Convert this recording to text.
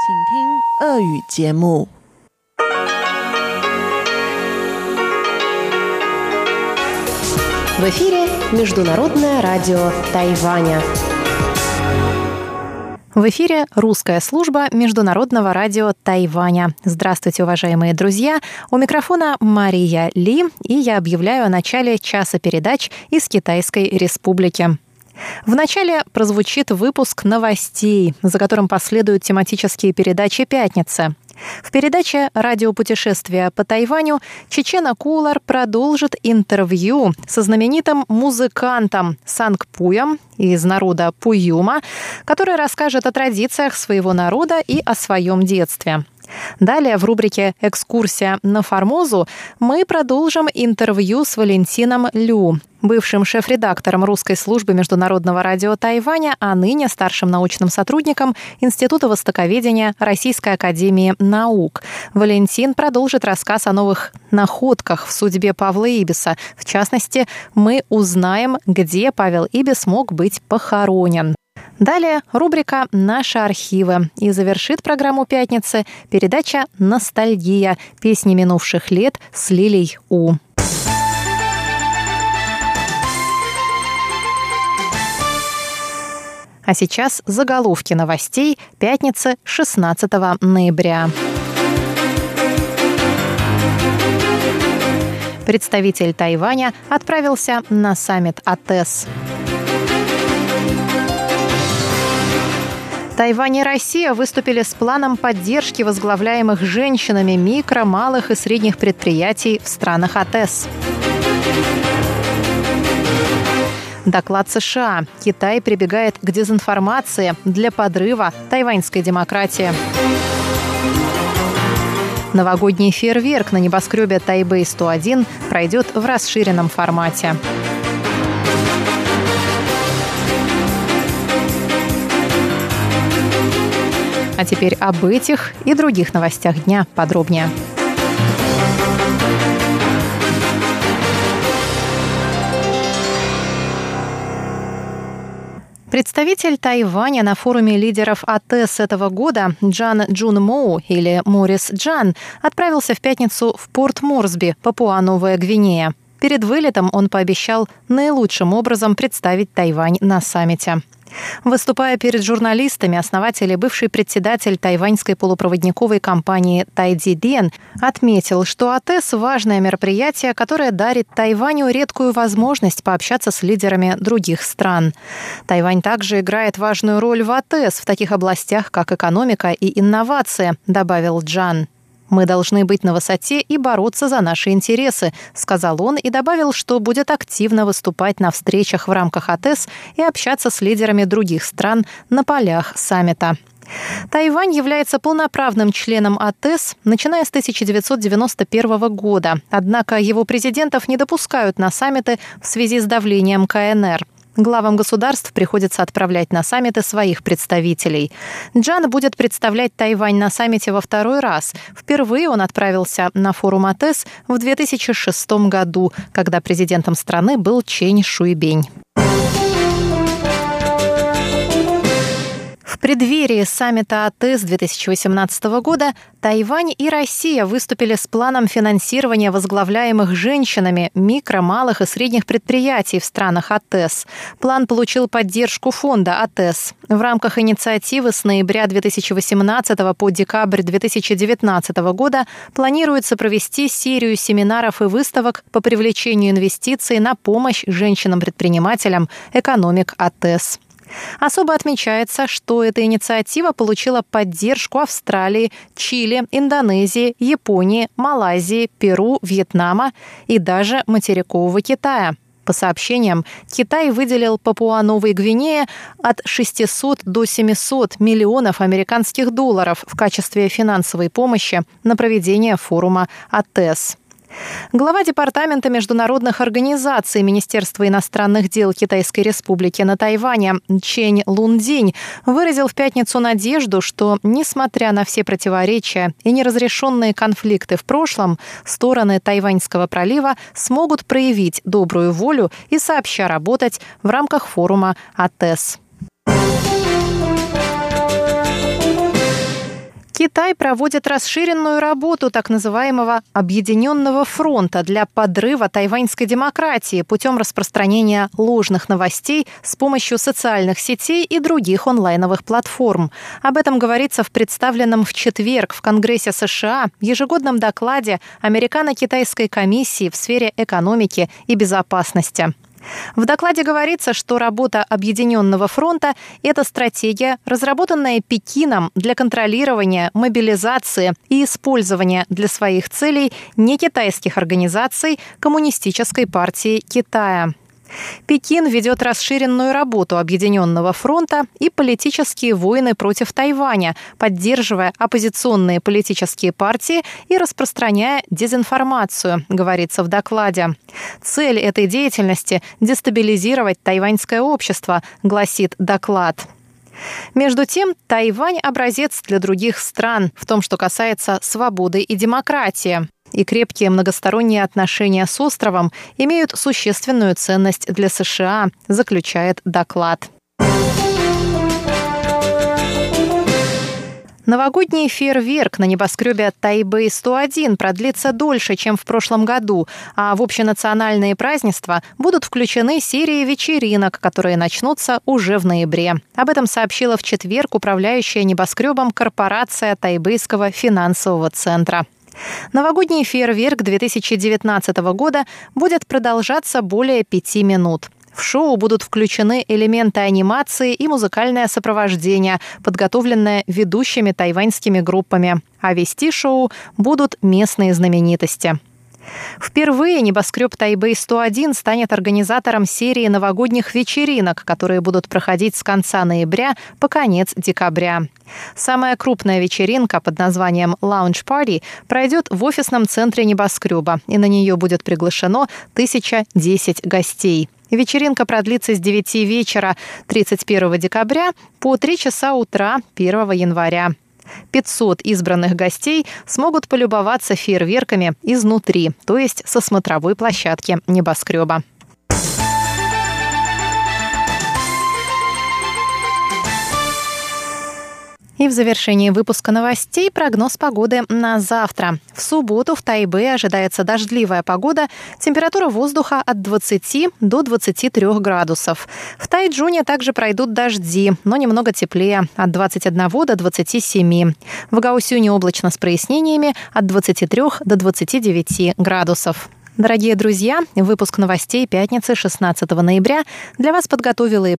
В эфире Международное радио Тайваня. В эфире русская служба Международного радио Тайваня. Здравствуйте, уважаемые друзья! У микрофона Мария Ли, и я объявляю о начале часа передач из Китайской Республики. В начале прозвучит выпуск новостей, за которым последуют тематические передачи «Пятницы». В передаче «Радиопутешествия по Тайваню» Чечена Кулар продолжит интервью со знаменитым музыкантом Санг Пуем из народа Пуюма, который расскажет о традициях своего народа и о своем детстве. Далее в рубрике «Экскурсия на Формозу» мы продолжим интервью с Валентином Лю, бывшим шеф-редактором русской службы Международного радио Тайваня, а ныне старшим научным сотрудником Института востоковедения Российской академии наук. Валентин продолжит рассказ о новых находках в судьбе Павла Ибиса. В частности, мы узнаем, где Павел Ибис мог быть похоронен. Далее рубрика «Наши архивы». И завершит программу «Пятницы» передача «Ностальгия. Песни минувших лет» с Лилей У. А сейчас заголовки новостей пятницы 16 ноября. Представитель Тайваня отправился на саммит АТЭС. Тайвань и Россия выступили с планом поддержки возглавляемых женщинами микро, малых и средних предприятий в странах АТЭС. Доклад США. Китай прибегает к дезинформации для подрыва тайваньской демократии. Новогодний фейерверк на небоскребе Тайбэй-101 пройдет в расширенном формате. А теперь об этих и других новостях дня подробнее. Представитель Тайваня на форуме лидеров АТЭС этого года Джан Джун Моу или Морис Джан отправился в пятницу в порт Морсби, Папуа-Новая Гвинея. Перед вылетом он пообещал наилучшим образом представить Тайвань на саммите. Выступая перед журналистами, основатель и бывший председатель тайваньской полупроводниковой компании Тайдиден отметил, что АТЭС – важное мероприятие, которое дарит Тайваню редкую возможность пообщаться с лидерами других стран. Тайвань также играет важную роль в АТЭС в таких областях, как экономика и инновации, добавил Джан. «Мы должны быть на высоте и бороться за наши интересы», — сказал он и добавил, что будет активно выступать на встречах в рамках АТЭС и общаться с лидерами других стран на полях саммита. Тайвань является полноправным членом АТЭС, начиная с 1991 года. Однако его президентов не допускают на саммиты в связи с давлением КНР. Главам государств приходится отправлять на саммиты своих представителей. Джан будет представлять Тайвань на саммите во второй раз. Впервые он отправился на форум АТЭС в 2006 году, когда президентом страны был Чэнь Шуйбень. В преддверии саммита АТЭС 2018 года Тайвань и Россия выступили с планом финансирования возглавляемых женщинами микро, малых и средних предприятий в странах АТЭС. План получил поддержку фонда АТЭС. В рамках инициативы с ноября 2018 по декабрь 2019 года планируется провести серию семинаров и выставок по привлечению инвестиций на помощь женщинам-предпринимателям экономик АТЭС. Особо отмечается, что эта инициатива получила поддержку Австралии, Чили, Индонезии, Японии, Малайзии, Перу, Вьетнама и даже материкового Китая. По сообщениям, Китай выделил Папуа-Новой Гвинее от 600 до 700 миллионов американских долларов в качестве финансовой помощи на проведение форума АТЭС. Глава Департамента международных организаций Министерства иностранных дел Китайской Республики на Тайване Чэнь Лундинь выразил в пятницу надежду, что, несмотря на все противоречия и неразрешенные конфликты в прошлом, стороны Тайваньского пролива смогут проявить добрую волю и сообща работать в рамках форума АТЭС. Китай проводит расширенную работу так называемого Объединенного фронта для подрыва тайваньской демократии путем распространения ложных новостей с помощью социальных сетей и других онлайновых платформ. Об этом говорится в представленном в четверг в Конгрессе США ежегодном докладе Американо-Китайской комиссии в сфере экономики и безопасности. В докладе говорится, что работа Объединенного фронта – это стратегия, разработанная Пекином для контролирования, мобилизации и использования для своих целей некитайских организаций Коммунистической партии Китая. Пекин ведет расширенную работу Объединенного фронта и политические войны против Тайваня, поддерживая оппозиционные политические партии и распространяя дезинформацию, говорится в докладе. Цель этой деятельности – дестабилизировать тайваньское общество, гласит доклад. Между тем, Тайвань – образец для других стран в том, что касается свободы и демократии. И крепкие многосторонние отношения с островом имеют существенную ценность для США, заключает доклад. Новогодний фейерверк на небоскребе Тайбэй-101 продлится дольше, чем в прошлом году, а в общенациональные празднества будут включены серии вечеринок, которые начнутся уже в ноябре. Об этом сообщила в четверг управляющая небоскребом корпорация Тайбэйского финансового центра. Новогодний фейерверк 2019 года будет продолжаться более 5 минут. В шоу будут включены элементы анимации и музыкальное сопровождение, подготовленное ведущими тайваньскими группами. А вести шоу будут местные знаменитости. Впервые небоскреб Тайбэй-101 станет организатором серии новогодних вечеринок, которые будут проходить с конца ноября по конец декабря. Самая крупная вечеринка под названием «Lounge Party» пройдет в офисном центре небоскреба, и на нее будет приглашено 1010 гостей. Вечеринка продлится с 9 вечера 31 декабря по 3 часа утра 1 января. 500 избранных гостей смогут полюбоваться фейерверками изнутри, то есть со смотровой площадки небоскреба. И в завершении выпуска новостей прогноз погоды на завтра. В субботу в Тайбэе ожидается дождливая погода, температура воздуха от 20 до 23 градусов. В Тайчжуне также пройдут дожди, но немного теплее, от 21 до 27. В Гаосюне облачно с прояснениями от 23 до 29 градусов. Дорогие друзья, выпуск новостей пятницы 16 ноября для вас подготовила и